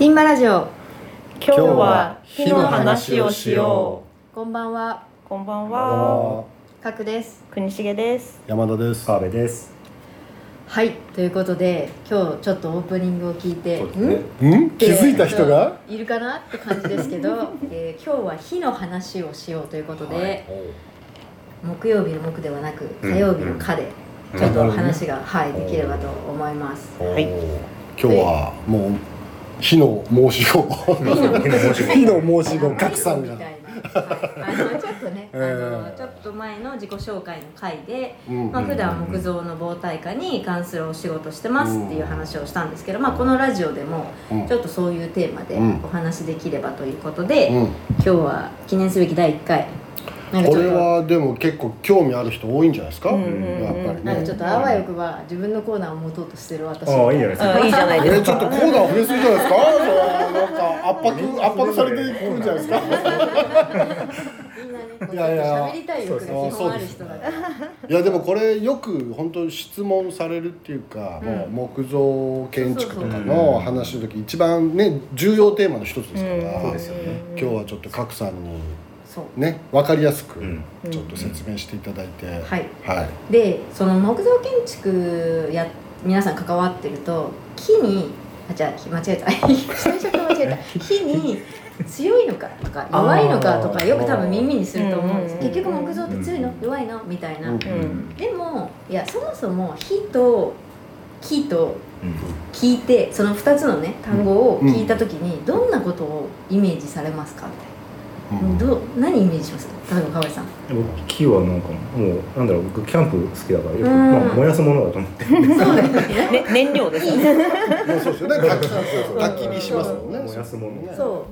ティンバラジオ、 今日は火の話をしよこんばんは。 う。こんばんは。 かくです。 国重です。 山田です。 川辺です。 はい、ということで今日ちょっとオープニングを聞いて、 気づいた人がいるかなって感じですけど、今日は火の話をしようということで、木曜日の木ではなく火曜日の火でちょっと話が、できればと思います。 はい。今日はもう火の申し子火の申し子格さんがちょっとね、ちょっと前の自己紹介の回で、普段木造の防耐火に関するお仕事してますっていう話をしたんですけど、このラジオでもちょっとそういうテーマでお話できればということで、今日は記念すべき第1回。 これはでも結構興味ある人多いんじゃないですか。やっぱりね。 なんかちょっとあわよくば自分のコーナーを持とうとしてる私。 いいじゃないですか。 いいじゃないですか。 ちょっとコーナー増えすぎじゃないですか。なんか圧迫されてくるんじゃないですか。 みんなね、喋りたい欲が基本ある人だから。 いやでもこれよく本当質問されるっていうか、もう木造建築とかの話の時一番ね重要テーマの一つですから、今日はちょっと賀来さんにね、分かりやすくちょっと説明していただいて、 でその木造建築皆さん関わってると木に間違えた最初から間違えた木に強いのかとか弱いのかとかよく多分耳にすると思うんです。結局木造って強いの弱いのみたいな、でもいやそもそも火と木と聞いてその2つのね単語を聞いた時にどんなことをイメージされますかみたいな。何イメージしますか、例えば川合さん。 木はなんかもうなんだろう、僕キャンプ好きだからよく、燃やすものだと思って。そうですね。燃料ですね。 そうですよね。焚き火しますもんね。 燃やすもの。 そう。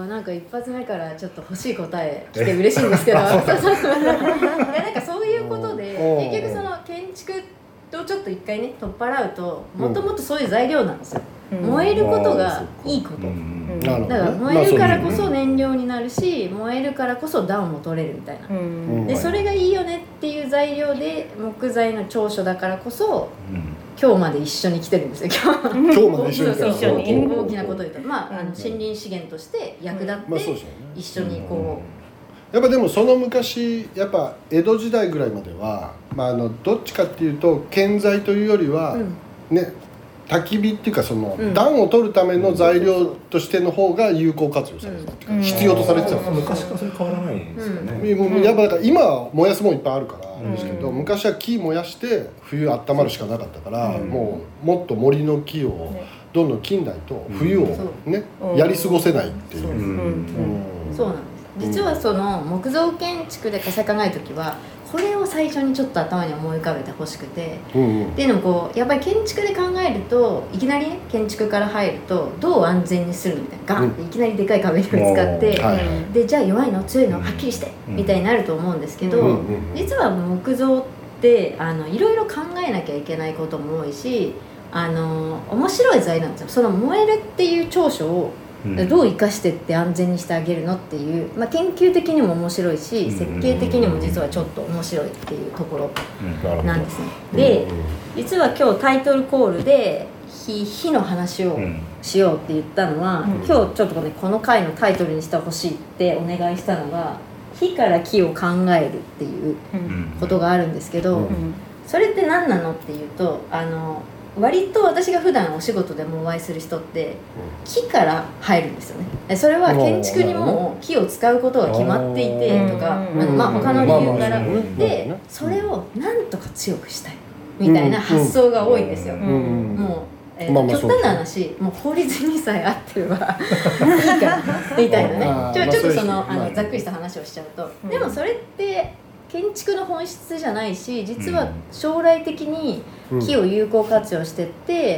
なんか一発目からちょっと欲しい答え来て嬉しいんですけど、なんかそういうことで結局その建築とちょっと一回ね取っ払うともともとそういう材料なんですよ。燃えることがいいこと。だから燃えるからこそ燃料になるし、燃えるからこそ暖も取れるみたいな。でそれがいいよねっていう材料で木材の長所だからこそ、今日まで一緒に来てるんですよ。 今日まで一緒に大きなこと言うと、森林資源として役立って一緒にこう。やっぱでもその昔やっぱ江戸時代ぐらいまでは、どっちかっていうと建材というよりはね。焚き火っていうかその暖を取るための材料としての方が有効活用されてた、必要とされてた。 昔からそれ変わらないんですよね。 やっぱだから今は燃やすもんいっぱいあるからあるんですけど、昔は木燃やして冬温まるしかなかったから、もっと森の木をどんどん近代と冬をねやり過ごせないっていう。 そうなんです。実はその木造建築で火災考えるときはこれを最初にちょっと頭に思い浮かべてほしくて、っていうのもやっぱり建築で考えるといきなりね建築から入るとどう安全にするのみたいなガンっていきなりでかい壁にぶつかって、でじゃあ弱いの強いのはっきりしてみたいになると思うんですけど、実は木造っていろいろ考えなきゃいけないことも多いし、面白い材料なんですよ。その燃えるっていう長所をどう生かしてって安全にしてあげるのっていう、研究的にも面白いし設計的にも実はちょっと面白いっていうところなんですね。で実は今日タイトルコールで火の話をしようって言ったのは、今日ちょっとねこの回のタイトルにしてほしいってお願いしたのが火から木を考えるっていうことがあるんですけど、それって何なのっていうと割と私が普段お仕事でもお会いする人って木から入るんですよね。それは建築にも木を使うことが決まっていてとか他の理由からで、それをなんとか強くしたいみたいな発想が多いんですよ。もう極端な話、もう法律にさえ合ってればいいからみたいなね。ちょっとそのざっくりした話をしちゃうと、でもそれって建築の本質じゃないし、実は将来的に木を有効活用してって、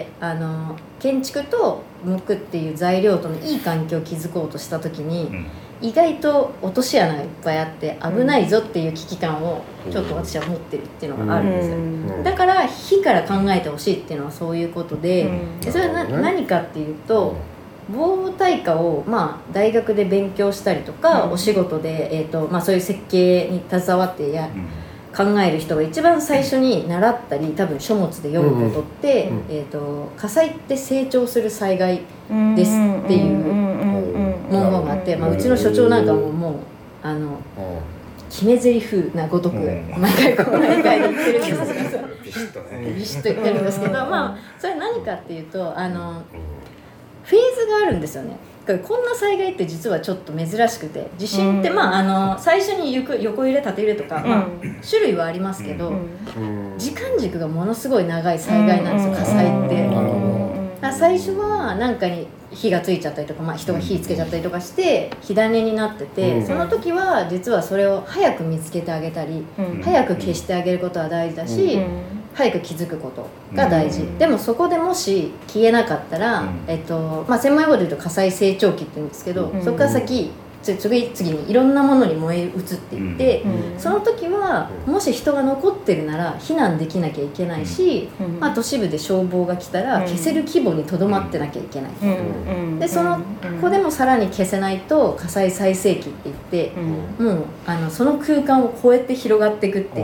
建築と木っていう材料とのいい環境を築こうとした時に、意外と落とし穴がいっぱいあって危ないぞっていう危機感をちょっと私は持ってるっていうのがあるんですよ。だから火から考えてほしいっていうのはそういうことで、それは何かっていうと、防耐火を大学で勉強したりとか、お仕事で、そういう設計に携わって考える人が一番最初に習ったり多分書物で読むことって、火災って成長する災害ですっていう文言があって、うちの所長なんかもう決め台詞なごとく毎回こう毎回言ってるんですけどビシッとねビシッと言ってるんですけどそれ何かっていうとフェーズがあるんですよね。こんな災害って実はちょっと珍しくて、地震って最初に横揺れ縦揺れとか、種類はありますけど、時間軸がものすごい長い災害なんですよ、火災って。最初は何かに火がついちゃったりとか、人が火つけちゃったりとかして火種になってて、その時は実はそれを早く見つけてあげたり、早く消してあげることは大事だし、早く気づくことが大事、でもそこでもし消えなかったら、専門用語で言うと火災成長期って言うんですけど、そこから先次にいろんなものに燃え移っていって、その時はもし人が残ってるなら避難できなきゃいけないし、都市部で消防が来たら消せる規模にとどまってなきゃいけない、でここでもさらに消せないと火災再生期って言って、もうその空間を超えて広がっていくっていう、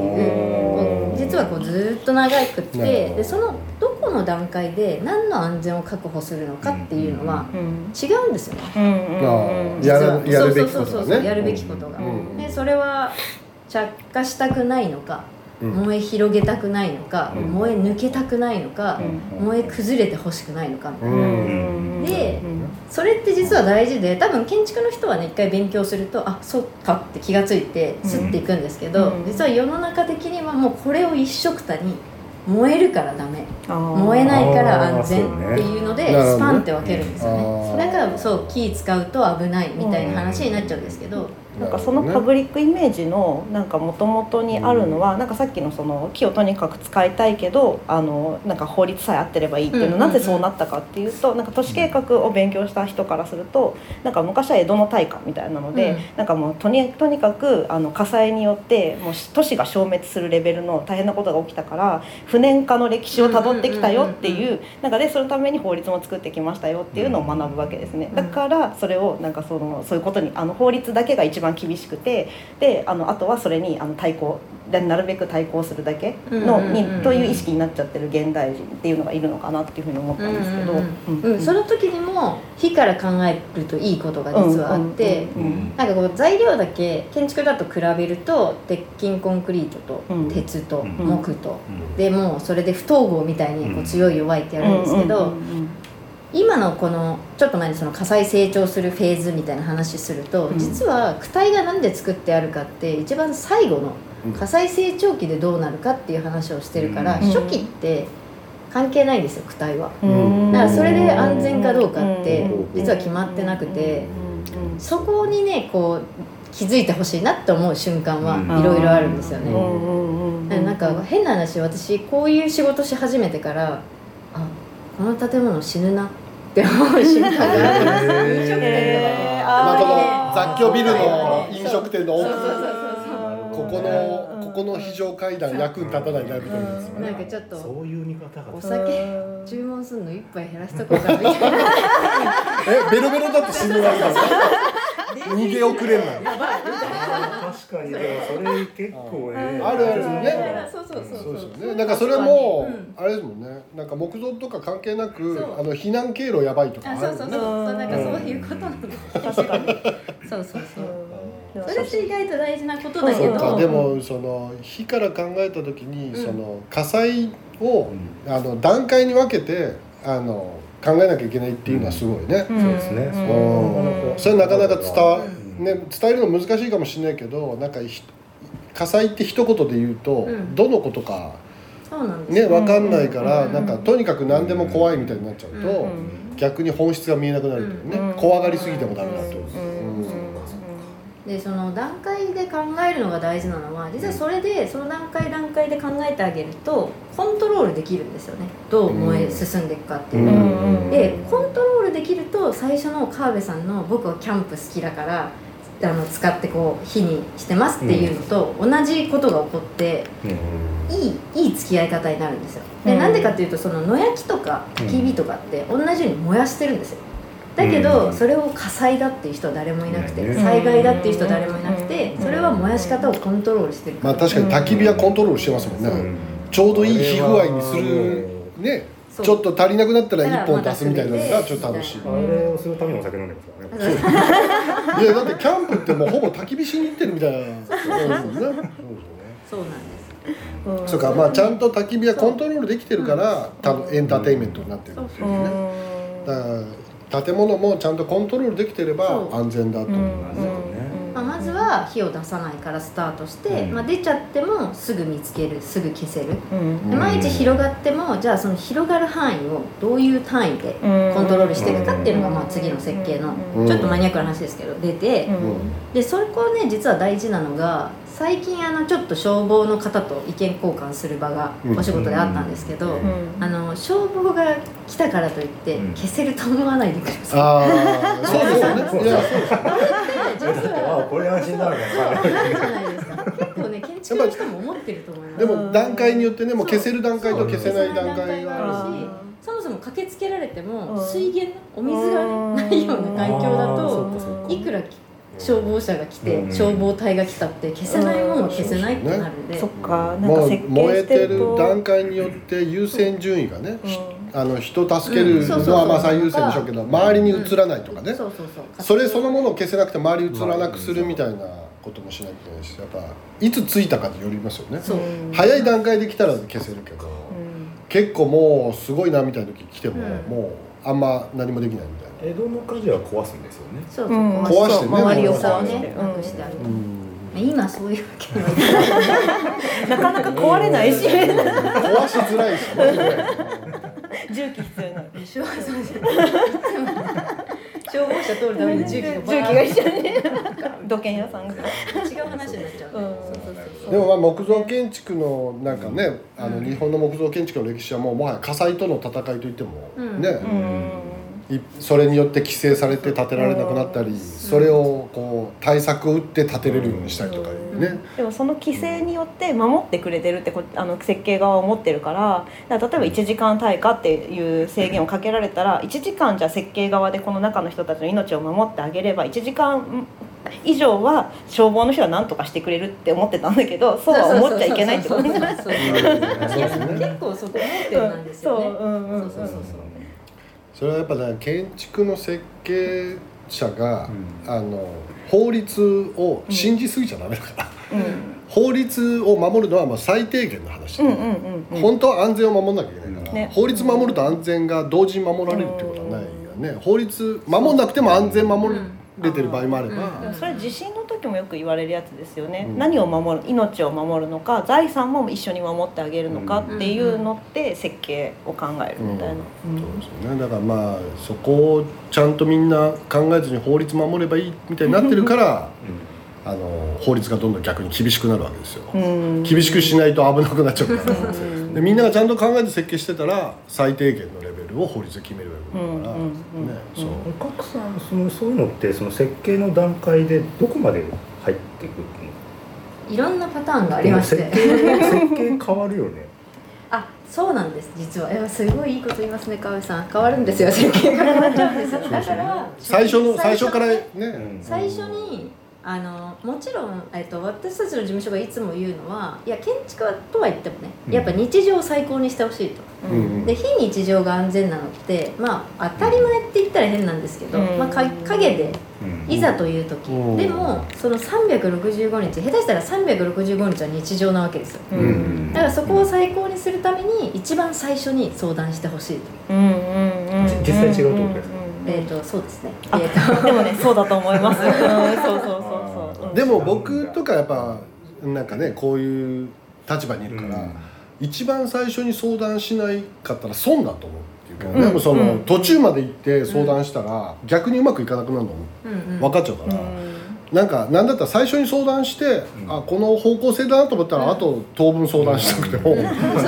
実はずっと長くって、でそのどこの段階で何の安全を確保するのかっていうのは違うんですよね、 やるべきことがね。 やるべきことが、でそれは着火したくないのか、燃え広げたくないのか、燃え抜けたくないのか、燃え崩れてほしくないのかみたいな、でそれって実は大事で、多分建築の人はね一回勉強するとそっかって気がついてすっていくんですけど、実は世の中的にはもうこれを一緒くたに燃えるからダメ、燃えないから安全っていうのでスパンって分けるんですよね。だから気使うと危ないみたいな話になっちゃうんですけど、 なんかそのパブリックイメージのなんか元々にあるのは、なんかさっきのその木をとにかく使いたいけどなんか法律さえ合ってればいいっていうの、なぜそうなったかっていうと、なんか都市計画を勉強した人からすると、なんか昔は江戸の大火みたいなので、なんかもうとにかく火災によってもう都市が消滅するレベルの大変なことが起きたから、不燃化の歴史をたどってきたよっていう、なんかでそのために法律も作ってきましたよっていうのを学ぶわけですね。だからそれをなんかそういうことに法律だけが一番厳しくて、であとはそれに対抗なるべく対抗するだけという意識になっちゃってる現代人っていうのがいるのかなっていうふうに思ったんですけど、 その時にも火から考えるといいことが実はあって、なんか材料だけ建築だと比べると鉄筋コンクリートと鉄と木と、でもうそれで不統合みたいに強い弱いってやるんですけど、今のこのちょっと前にその火災成長するフェーズみたいな話すると、実は躯体が何で作ってあるかって一番最後の火災成長期でどうなるかっていう話をしてるから、初期って関係ないんですよ、躯体は。だからそれで安全かどうかって実は決まってなくて、そこにね気づいてほしいなって思う瞬間はいろいろあるんですよね。なんか変な話、私こういう仕事し始めてから、この建物死ぬなって思う瞬間があるんですよ。飲食店とか雑居ビルの飲食店の奥、ここの非常階段役に立たないライブというですよね。 なんかちょっとそういう見方がお酒注文するの一杯減らしとこうかみたいな。 ベロベロだと死ぬわけですか。逃げ遅れんな。 確かにそれ結構あるね。そうですよね。なんかそれもあれですもんね。なんか木造とか関係なく避難経路やばいとかあるね。 そうなんかそういうことなんです。確かに。そう。それって意外と大事なことだけど。 そうか。でもその火から考えた時にその火災を段階に分けて考えなきゃいけないっていうのはすごいね。 そうですね。 それなかなか伝えるの難しいかもしれないけど、なんか火災って一言で言うとどのことかね分かんないから、なんかとにかく何でも怖いみたいになっちゃうと逆に本質が見えなくなるというね。怖がりすぎてもダメだと。 でその段階で考えるのが大事なのは、実はそれでその段階で考えてあげるとコントロールできるんですよね。どう燃え進んでいくかっていうので、コントロールできると最初の川辺さんの僕はキャンプ好きだから使って火にしてますっていうのと同じことが起こって、いい付き合い方になるんですよ。でなんでかっていうと、その野焼きとか焚き火とかって同じように燃やしてるんですよ。 だけどそれを火災だっていう人は誰もいなくて、災害だっていう人は誰もいなくて、それは燃やし方をコントロールしてる。 まあ確かに焚き火はコントロールしてますもんね、ちょうどいい火具合にするね、ちょっと足りなくなったら1本出すみたいなのがちょっと楽しい。 あれをするためにお酒飲んでますからね。 いやだってキャンプってもうほぼ焚き火しに行ってるみたいなそうですね。 そうなんです。 そうか、まあちゃんと焚き火はコントロールできてるからエンターテインメントになってるんですよね。だから建物もちゃんとコントロールできてれば安全だと思いますよね。 まずは火を出さないからスタートして、出ちゃってもすぐ見つける、すぐ消せる、で毎日広がってもじゃあその広がる範囲をどういう単位でコントロールしていくかっていうのが、まあ次の設計のちょっとマニアックな話ですけど出て、でそこね実は大事なのが最近ちょっと消防の方と意見交換する場がお仕事であったんですけど、消防が来たからといって消せると思わないでください。 ああ、そうですよね。いや、そうですよね。 実はこれ安心だみたいな。 あるじゃないですか。結構ね建築の人も思ってると思います。 でも段階によってね、もう消せる段階と消せない段階があるし、そもそも駆けつけられても水源お水がないような環境だといくら消防車が来て消防隊が来たって消せないものは消せないってなるんで、 そっか、なんか設計してると燃えてる段階によって優先順位がね、人助けるのはまあ最優先でしょうけど、周りに移らないとかね、それそのものを消せなくて周り移らなくするみたいなこともしなきゃいけないし、やっぱいつ着いたかによりますよね。早い段階で来たら消せるけど、結構もうすごいなみたいな時来ても、もうあんま何もできないみたいな。 江戸の火事は壊すんですよね。 そう壊してね、 周りをこうねなくしてある。今そういうわけにはいかないなかなか壊れないし壊しづらいしね。 重機必要になる。 消防車通るために重機が一緒に土建屋さんが違う話になっちゃう。 でもまあ木造建築のなんかね、日本の木造建築の歴史はもはや火災との戦いといってもね、それによって規制されて建てられなくなったり、それをこう対策を打って建てれるようにしたりとかね。 でもその規制によって守ってくれてるって設計側は思ってるから、例えば1時間耐火っていう制限をかけられたら、1時間じゃ設計側でこの中の人たちの命を守ってあげれば1時間以上は消防の人は何とかしてくれるって思ってたんだけど、そうは思っちゃいけないってことになる。 結構そこ盲点なんですよね。 それはやっぱね、建築の設計者が、法律を信じすぎちゃダメだから、法律を守るのはまあ最低限の話で、本当は安全を守らなきゃいけないから、法律守ると安全が同時に守られるってことはないよね。法律守んなくても安全守れてる場合もあれば、 それ地震の時もよく言われるやつですよね。何を守る、命を守るのか財産も一緒に守ってあげるのかっていうのって設計を考えるみたいな。 そうですよね。だからまあそこをちゃんとみんな考えずに法律守ればいいみたいになってるから法律がどんどん逆に厳しくなるわけですよ。厳しくしないと危なくなっちゃうからで、みんながちゃんと考えて設計してたら最低限のレベルを法律で決めるから、 賀来さん、そういうのってその設計の段階でどこまで入っていくの？ いろんなパターンがありまして、 設計変わるよね。 そうなんです。実はすごいいいこと言いますね、川合さん。変わるんですよ、設計が変わっちゃうんですよ。だから最初からね、 最初にもちろん、私たちの事務所がいつも言うのは、いや建築はとは言ってもね、やっぱ日常を最高にしてほしいと、で非日常が安全なのってまあ当たり前って言ったら変なんですけど、影でいざという時、でもその365日下手したら365日は日常なわけですよ、だからそこを最高にするために一番最初に相談してほしいと。 実際違うってことですか？ そうですね。 でもね、そうだと思います。 でも僕とかやっぱなんかね、こういう立場にいるから、一番最初に相談しないかったら損だと思うっていうか、でもその途中まで行って相談したら逆にうまくいかなくなるの分かっちゃうから、なんだったら最初に相談して、この方向性だなと思ったら、あと当分相談しなくても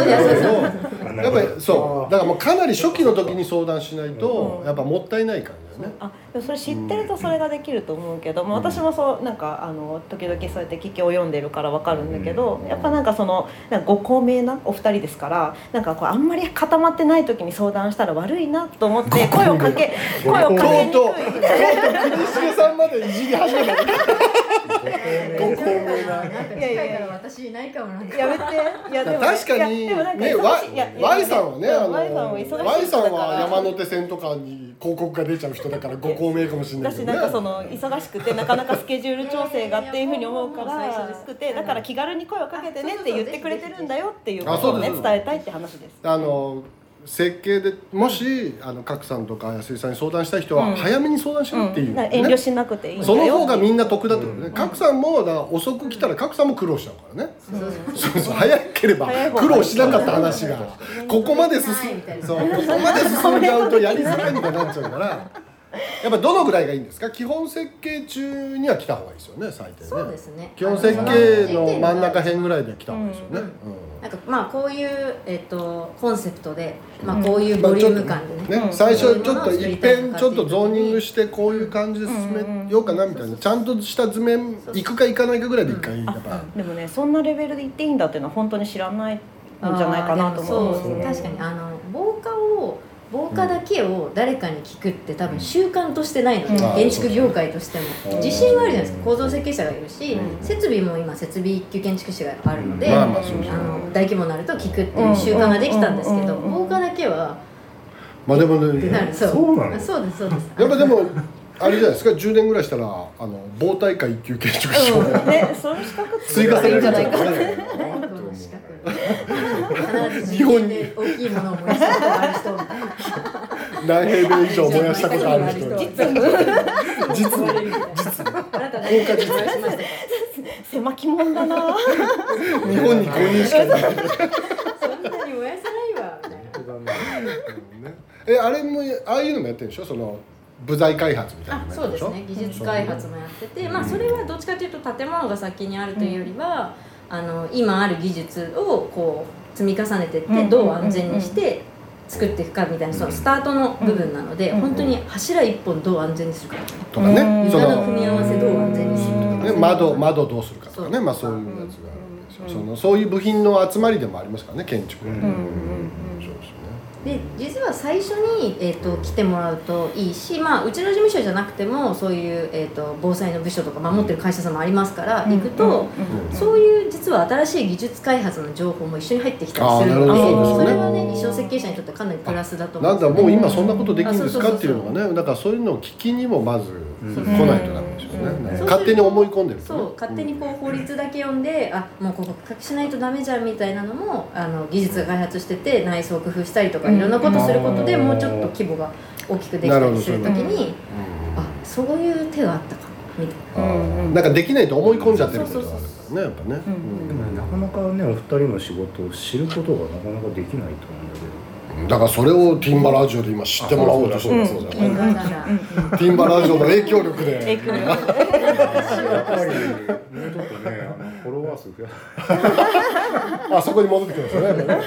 やっぱりそうだからもうかなり初期の時に相談しないとやっぱもったいないからね。 だよね。 でもそれ知ってるとそれができると思うけど、私もそうなんか時々そうやって聞きを読んでるから分かるんだけど、やっぱなんかそのご高名なお二人ですから、なんかこうあんまり固まってない時に相談したら悪いなと思って声をかけにくい。 とう国重さんまでいじり始めた。ご高名な。 いやいやいや、私いないかもなんて。 やめて。いやでも確かにね、Y さんはね、Y さんは山手線とかに広告が出ちゃう人だからご高名かもしれないけどね。 私なんかその忙しくてなかなかスケジュール調整がっていうふうに思うから、だから気軽に声をかけてねって言ってくれてるんだよっていうことをね伝えたいって話です。 設計でもし賀来さんとか安井さんに相談したい人は早めに相談しろっていう、 遠慮しなくていいんだよ。 その方がみんな得だってことね。賀来さんもだから遅く来たら賀来さんも苦労しちゃうからね。そう早ければ苦労しなかった話がここまで進んじゃうとやりづらいみたいになっちゃうから。やっぱどのぐらいがいいんですか？基本設計中には来た方がいいですよね、最低ね。 そうですね。 基本設計の真ん中辺ぐらいで来た方がいいですよね。 なんかまあこういうコンセプトで、まあこういうボリューム感でね。 最初ちょっと一遍ちょっとゾーニングしてこういう感じで進めようかなみたいな、ちゃんとした図面行くか行かないかぐらいで一回やっぱ。 でもね、そんなレベルで行っていいんだっていうのは本当に知らないんじゃないかなと思うんですよね。 確かに防火だけを誰かに聞くって多分習慣としてないので、建築業界としても自信はあるじゃないですか。構造設計者がいるし、設備も今設備一級建築士があるので、大規模になると聞くっていう習慣ができたんですけど、防火だけはまあでもね、 そうなんです。そうですそうです。 やっぱでもあれじゃないですか、10年ぐらいしたら防大会一級建築士をね、その資格追加されるんじゃないかな。 日本に大きいものを燃やしたことがある人みたいな。 何平米以上燃やしたことある人。実あなた何回燃やしましたか？ 狭きもんだな。 日本に5人しかいない。 そんなに燃やさないわみたいな。 あれもああいうのもやってるんでしょ？その部材開発みたいなのもやってるでしょ？ そうですね。技術開発もやってて、まあそれはどっちかというと建物が先にあるというよりは、今ある技術をこう積み重ねていってどう安全にして作っていくかみたいな、そのスタートの部分なので、本当に柱一本どう安全にするかとかね、 床の組み合わせどう安全にするとか、 窓どうするかとかね、まあそういうやつがあるんですよ。そういう部品の集まりでもありますからね、建築。 で実は最初に、来てもらうといいし、まあ、うちの事務所じゃなくてもそういう、防災の部署とか守ってる会社さんもありますから、行くと、そういう実は新しい技術開発の情報も一緒に入ってきたりするので、それはね、衣装設計者にとってかなりプラスだと思うんですよね。 なんだ、もう今そんなことできるんですかっていうのがね、だからそういうのを聞きにもまず来ないとダメですよね。勝手に思い込んでるとね。 そう、勝手にこう法律だけ読んで、もうここ書きしないとダメじゃんみたいなのも技術が開発してて内装工夫したりとかいろんなことすることでもうちょっと規模が大きくできたりするときに、そういう手があったかみたいな。 なんかできないと思い込んじゃってることがあるからね、やっぱね。 でもなかなかね、お二人の仕事を知ることがなかなかできないと思うんだけど、 だからそれをティンバラジオで今知ってもらおうとしてますよね。ティンバラジオの影響力で。 やっぱりもうちょっとね、フォロワー数増やそこに戻ってくるんですよ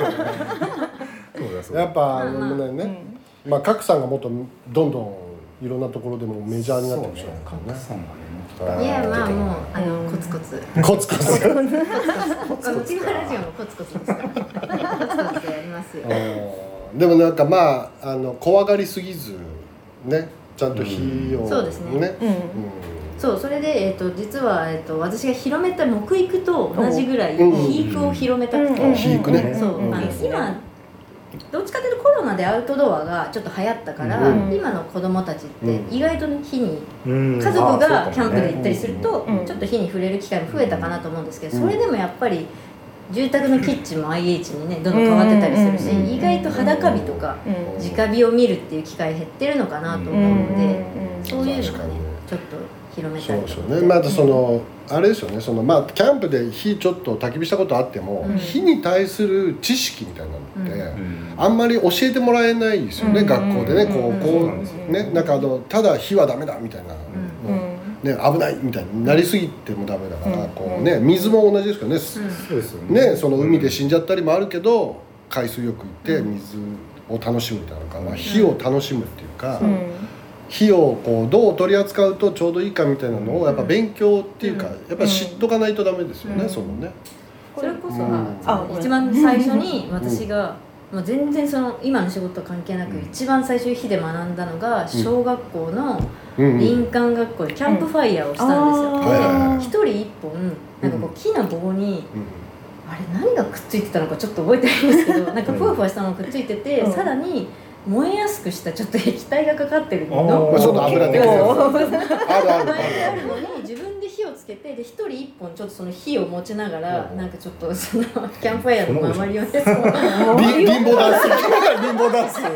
ね。やっぱね、まあ賀来さんがもっとどんどんいろんなところでもメジャーになってるでしょうからね。いや、まあもうコツコツうちのラジオもコツコツですからコツコツやりますよ。 でもなんかまあ怖がりすぎずね、ちゃんと火をそうですね。そう、それで実は私が広めた木育と同じぐらい肥育を広めたくて、 肥育ね。 そう、今どっちかというとコロナでアウトドアがちょっと流行ったから、今の子供たちって意外と火に家族がキャンプで行ったりするとちょっと火に触れる機会も増えたかなと思うんですけど、それでもやっぱり住宅のキッチンも IH にねどんどん変わってたりするし、意外と裸火とか直火を見るっていう機会減ってるのかなと思うので、そういうのがねちょっと広めたりとか。 そうですよね。またあれですよね、まあキャンプで火ちょっと焚き火したことあっても、火に対する知識みたいなのってあんまり教えてもらえないですよね、学校でね。こうね、なんかただ火はダメだみたいな、ね、危ないみたいになりすぎてもダメだから、こうね、水も同じですけどね。そうですよね。その海で死んじゃったりもあるけど、海水浴行って水を楽しむみたいなのか、火を楽しむっていうか、 火をこうどう取り扱うとちょうどいいかみたいなのをやっぱ勉強っていうか、やっぱ知っとかないとダメですよね、そのね。 それこそ一番最初に私がもう全然その今の仕事と関係なく一番最初に火で学んだのが小学校の林間学校でキャンプファイヤーをしたんですよ。で一人一本なんかこう木の棒にあれ何がくっついてたのかちょっと覚えてないんですけど、なんかふわふわしたのがくっついてて、さらに燃えやすくしたちょっと液体がかかってるのちょっと油的なやつあるのに自分で火をつけて、で一人一本ちょっとその火を持ちながらなんかちょっとそのキャンプファイヤーの周りをねリンボダンスリンボダンス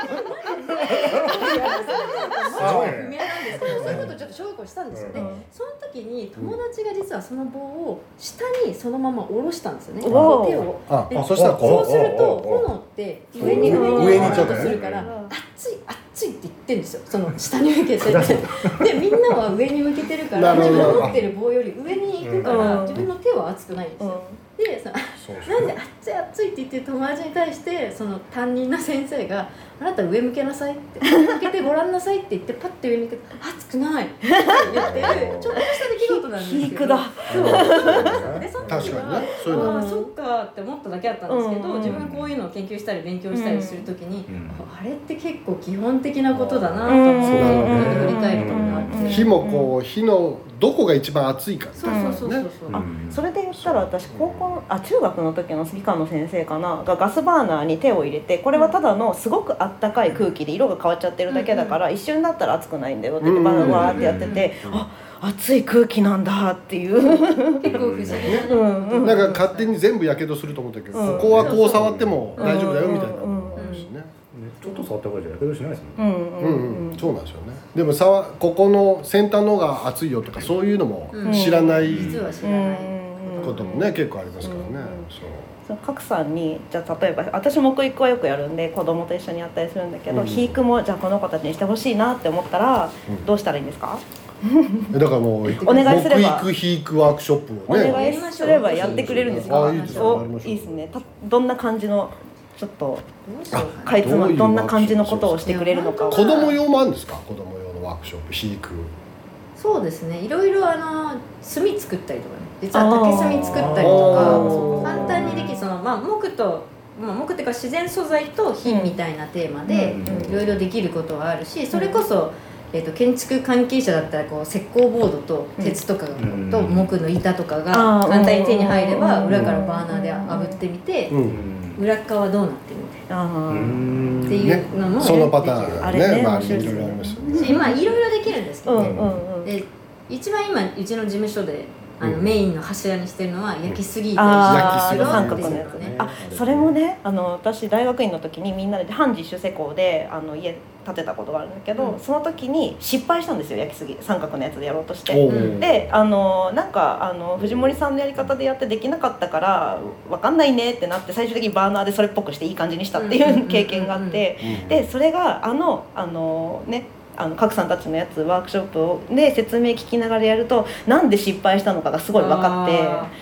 不明なんですけど、そういうことをちょっと小学校したんですよね。その時に友達が実はその棒を下にそのまま下ろしたんですよね、手を。 そしたらそうすると炎って上にちょっとするから熱い熱いって言ってるんですよ、その下に向けて。でみんなは上に向けてるから自分の持ってる棒より上に行くから自分の手は熱くないんですよ。でなんで熱い熱いって言ってる友達に対してその担任の先生が「あなた上向けなさい」って「向けてごらんなさい」って言ってパッて上向けて「熱くない」って言ってるちょっとした出来事なんですけど、 皮肉だ。 でその時はそっかって思っただけだったんですけど、自分がこういうのを研究したり勉強したりする時にあれって結構基本的なことだなと思って振り返ることがあって、 火もこう火のどこが一番熱いかっていうそうそれで言ったら私中学の時の理科の先生かながガスバーナーに手を入れて、これはただのすごくあったかい空気で色が変わっちゃってるだけだから一瞬だったら熱くないんだよって言ってバーってやってて、熱い空気なんだっていう結構不思議な、なんか勝手に全部やけどすると思ったけど、ここはこう触っても大丈夫だよみたいなちょっと触った方がいいじゃやけどしないですもんね。 そうなんですよね。でもここの先端の方が熱いよとかそういうのも知らないこともね結構ありますからね。 賀来さんにじゃあ例えば私木育はよくやるんで子供と一緒にやったりするんだけど、肥育もじゃあこの子たちにしてほしいなって思ったらどうしたらいいんですか？ だからもうお願いすれば木育肥育ワークショップをねお願いすればやってくれるんですか？ いいですね。どんな感じのちょっとかいつまどんな感じのことをしてくれるのか。 子供用もあるんですか？子供用のワークショップ肥育。 そうですね、いろいろ炭作ったりとかね、実は竹炭作ったりとか簡単にできる木っていうか自然素材と火みたいなテーマでいろいろできることはあるし、それこそ建築関係者だったらこう石膏ボードと鉄とかと木の板とかが簡単に手に入れば裏からバーナーで炙ってみて裏側どうなってるみたいなっていうのもそのパターンね、まあいろいろありますよね。 まあいろいろできるんですけどね。一番今うちの事務所でメインの柱にしてるのは焼きすぎ三角のやつね。それもね私大学院の時にみんなで半自主施工で家建てたことがあるんだけど、その時に失敗したんですよ、焼きすぎ三角のやつでやろうとして。でなんか藤森さんのやり方でやってできなかったから分かんないねってなって最終的にバーナーでそれっぽくしていい感じにしたっていう経験があって、でそれがね賀来さんたちのやつワークショップで説明聞きながらやるとなんで失敗したのかがすごい分かって。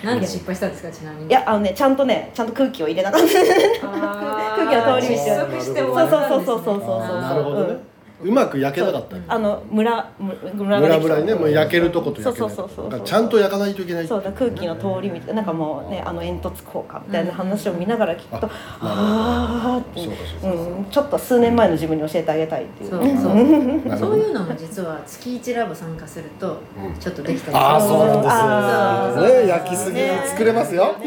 なんで失敗したんですか？ちなみに。 いやちゃんと空気を入れなかった空気の通り道をそうなるほどね。うまく焼けなかったムラにねもう焼けるとこと焼けないちゃんと焼かないといけない。 そうだ、空気の通り道なんかもうね煙突効果みたいな話を見ながら聞くとってちょっと数年前の自分に教えてあげたいっていう。 そういうのも実は月1ラボ参加するとちょっとできたりする。 そうなんですよね。焼きすぎ作れますよ。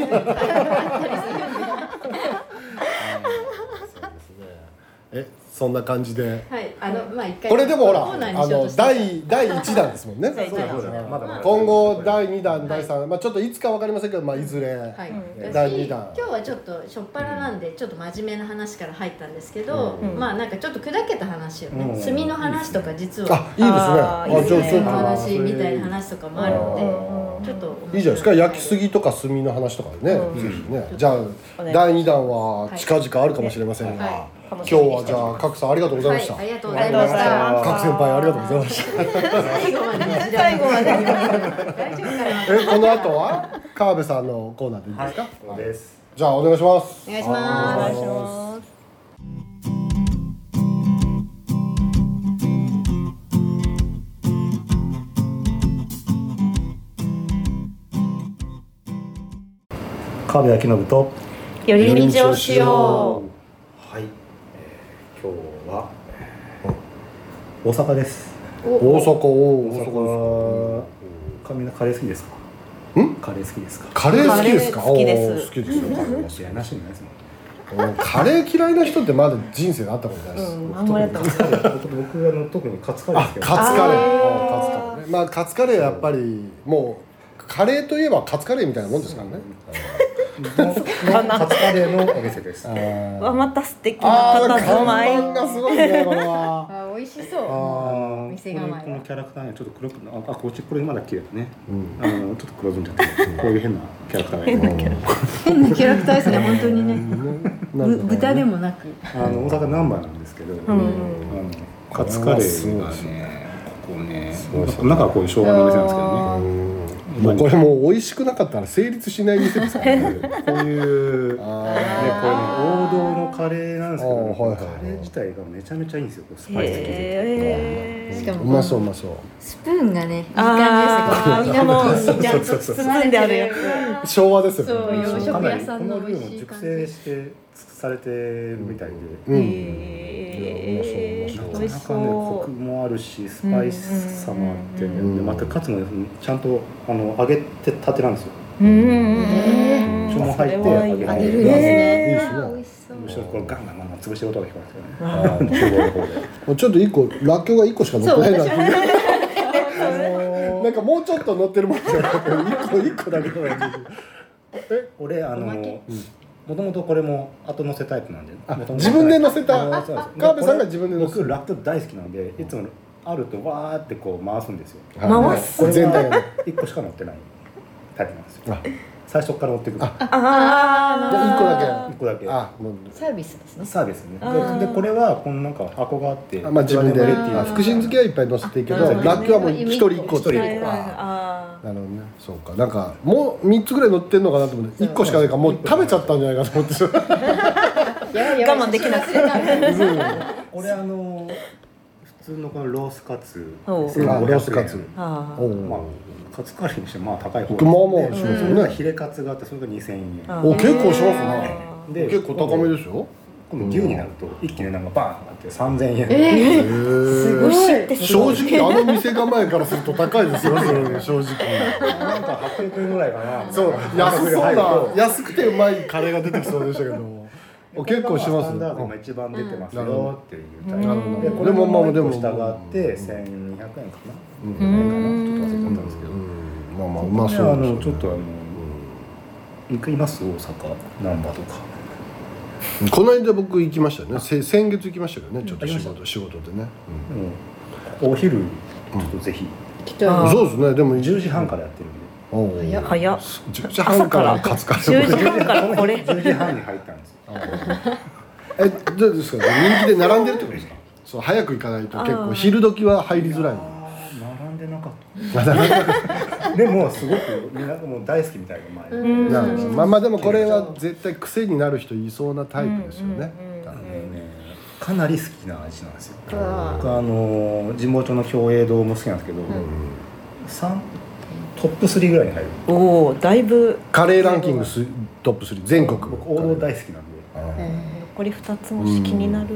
そんな感じで、これでもほら第1弾ですもんね。今後第2弾第3弾、ちょっといつか分かりませんけど、いずれ第2弾。 今日はちょっと初っ端なんでちょっと真面目な話から入ったんですけど、なんかちょっと砕けた話をね、炭の話とか実はいいですね。 炭の話みたいな話とかもあるので、ちょっといいじゃないですか。焼きすぎとか炭の話とかね、ぜひね。じゃあ第2弾は近々あるかもしれませんが、今日はじゃあ賀来さんありがとうございました。 ありがとうございました。 賀来先輩ありがとうございました。 最後まで。 この後は川辺さんのコーナーでいいですか？ そうです。 じゃあお願いします。 お願いします。 川辺明信と寄り道をしよはい、今日は大阪です。 大阪みんなカレー好きですか？カレー好きですか？ カレー好きですか？ 好きです。 好きですよ。 嫌いな人いないですもん。 カレー嫌いな人ってまだ人生で会ったことないです。 あんまりやったことない。 僕特にカツカレーですけど。 カツカレーね。まあカツカレーやっぱりもうカレーといえばカツカレーみたいなもんですからね。 カツカレーのお店です。 また素敵な佇まい。 看板がすごいねこれは。 美味しそう。店構え。 このキャラクターねちょっと黒くこれまだ綺麗だね。ちょっと黒ずんじゃってこういう変なキャラクターがいる。 変なキャラクターですね本当にね。豚でもなく。 大阪難波なんですけど、カツカレーがねここね中はこういう昭和のお店なんですけどね。 もうこれもう美味しくなかったら成立しない店ですからね。 こういうこれね王道のカレーなんですけど、カレー自体がめちゃめちゃいいんですよ。スパイス効いてて。しかもうまそううまそう。 スプーンがねいい感じですね。ちゃんと包まれてるやつ。昭和ですよね。 そう洋食屋さんの美味しい熟成してされてるみたいで。なかなかねコクもあるしスパイスさもあってね、またかつもちゃんと揚げてたてなんですよ。注文入って揚げるんですね。 美味しそう。 後ろこれガンガン潰してる音が聞こえますよね。厨房の方で。 ちょっと1個らっきょうが1個しか乗ってないなって。なんかもうちょっと乗ってるもんじゃなくて1個だけだな。 俺もともとこれも後乗せタイプなんで。 自分で乗せた。川辺さんが自分で乗せた。 僕らっきょう大好きなんでいつもあるとわーってこう回すんですよ。 回す。 これ全体1個しか乗ってないタイプなんですよ。最初から乗ってくる。 1個だけ。 サービスですね。 サービスね。でこれはこのなんか箱があって、 まあ自分で福神漬けはいっぱい乗せていいけど、らっきょうはもう1人1個なるほどね。そうか。なんかもう3つぐらい乗ってんのかなと思って1個しかないからもう食べちゃったんじゃないかと思って。 我慢できなくて。 これ普通のこのロースカツ。 ロースカツ。 カツカレーにしてまあ高い方ですね。 ヒレカツがあってそれが2000円。 結構しますね。 で結構高めですよ。 今度牛になると一気に値段がバーンって3000円。 すごい。 正直あの店構えからすると高いですよ正直。 なんか800円ぐらいかな。 そう安くてうまいカレーが出てきそうでしたけど。結構します。 スタンダードが一番出てますよっていうタイプ。 でこれももうでも下があって1200円かな。ちょっと忘れちゃったんですけど。 まあうまそう。 ちょっと行きます大阪難波とか。 この間僕行きましたよね。先月行きましたけどね。ちょっと仕事でね。 お昼ちょっとぜひ。 そうですね。でも 10時半からやってるんで。 早っ。 10時半からカツカレー。 10時半からこれ。 10時半に入ったんですよ。 どうですか。人気で並んでるってことですか。そう早く行かないと結構昼時は入りづらい。 並んでなかった。でもすごくみんなもう大好きみたいな前。 まあでもこれは絶対癖になる人いそうなタイプですよね。 かなり好きな味なんですよ。僕神保町の共栄堂も好きなんですけど、トップ3ぐらいに入る。 おお、だいぶカレーランキングトップ3全国。 僕王道大好きなんで。 残り2つも気になる。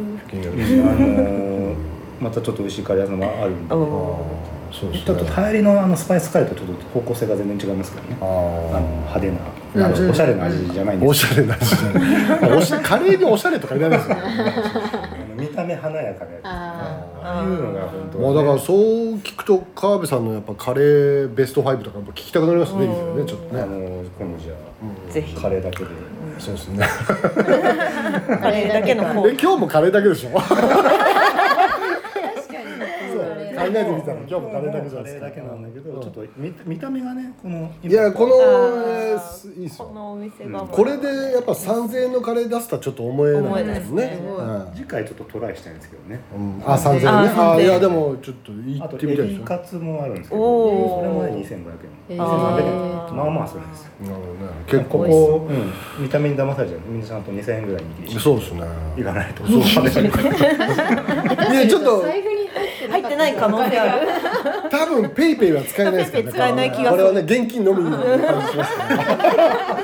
またちょっと美味しいカレー屋さんもあるんで。 ちょっと流行りのスパイスカレーとちょっと方向性が全然違いますからね。派手なおしゃれな味じゃないんです。 おしゃれな味じゃない。カレーにおしゃれとかいらないですよ。 見た目華やかなやつ。ああいうのが本当。 まあだからそう聞くと川辺さんのやっぱカレーベスト5とか聞きたくなりますね。ちょっとね。 今度じゃあぜひカレーだけで。 そうですね。 カレーだけの方。 今日もカレーだけでしょ。考えてみたら今日もカレーだけじゃないですか。 カレーだけなんだけど、ちょっと見た目がねこのいやこのいいっすよ。 このお店がこれでやっぱ3000円のカレー出すとはちょっと思えないですね。 次回ちょっとトライしたいんですけどね。 3000円ね。いやでもちょっと行ってみたいですよ。 エビカツもあるんですけど、それもね2500円。2300円。まあまあするんですよ。 なるほどね。結構ここ見た目に騙されちゃう。みんなちゃんと2000円ぐらいにそうですね。 いかないとそう食べちゃう。 いやちょっと入ってない可能性ある。 多分ペイペイは使えないですからね。 使えない気がする。 これはね現金のみに感じしますから。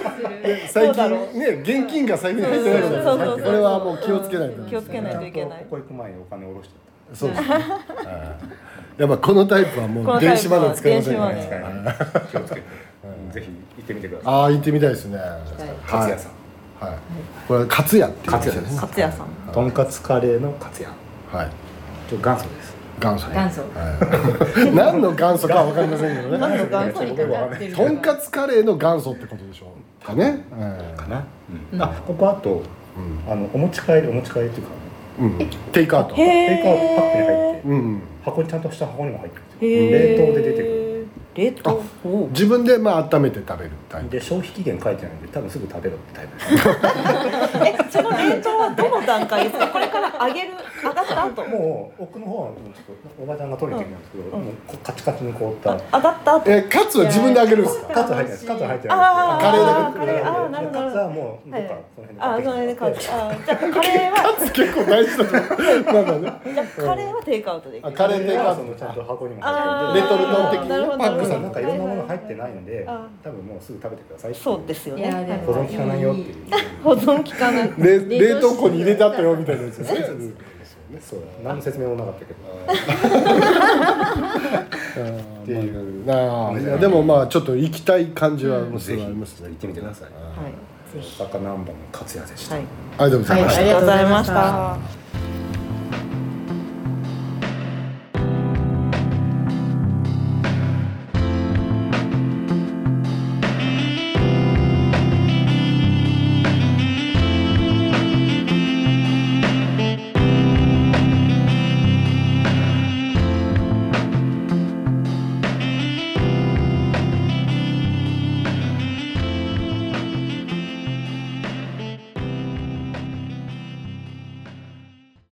最近ね現金が財布に入ってないから、これはもう気をつけないと気をつけないといけない。 ここ行く前にお金を下ろしてた。 そうですね。やっぱこのタイプはもう電子マネー使いませんからね。気をつけて、ぜひ行ってみてください。 ああ行ってみたいですね。 カツ屋さん。 はい。これはカツ屋ってカツ屋です。 カツ屋さん。 とんかつカレーのカツ屋。 はい。 元祖です。 元祖。 元祖。 何の元祖かわかりませんけどね。 何の元祖にかかってる。 とんかつカレーの元祖ってことでしょうかね。 かな。あ、ここあとお持ち帰りっていうか。 テイクアウト。 テイクアウトパックに入って、箱にちゃんとした箱にも入ってる。冷凍で出てくる。 冷凍。 自分でまあ温めて食べるタイプ。 で消費期限書いてないんで多分すぐ食べろってタイプ。 その冷凍はどの段階ですか？これから揚がった後。 もう奥の方はちょっとおばちゃんが取りに行ってるんですけど、もうカチカチに凍った。 揚がった後。 カツは自分で揚げるんですか？ カツ入ってないです。カツ入ってないです。 カレーだけ。 カレー。なるほど。 カツはもうどっかその辺で。 その辺でカツ。じゃあカレーは。 カツ結構大事だと思う。なんかね。 じゃあカレーはテイクアウトで。 カレーテイクアウトもちゃんと箱にも入ってる。 レトルト的にパックさんなんかいろんなもの入ってないんで、多分もうすぐ食べてください。 そうですよね。 保存効かないよっていう。 保存効かない。 冷凍庫に入れてあったよみたいなやつですね。 そうだ。何の説明もなかったけど。っていう。 いやでもまあちょっと行きたい感じはすごいありますね。 行ってみてください。はい。大阪難波のカツ屋でした。 ありがとうございました。 ありがとうございました。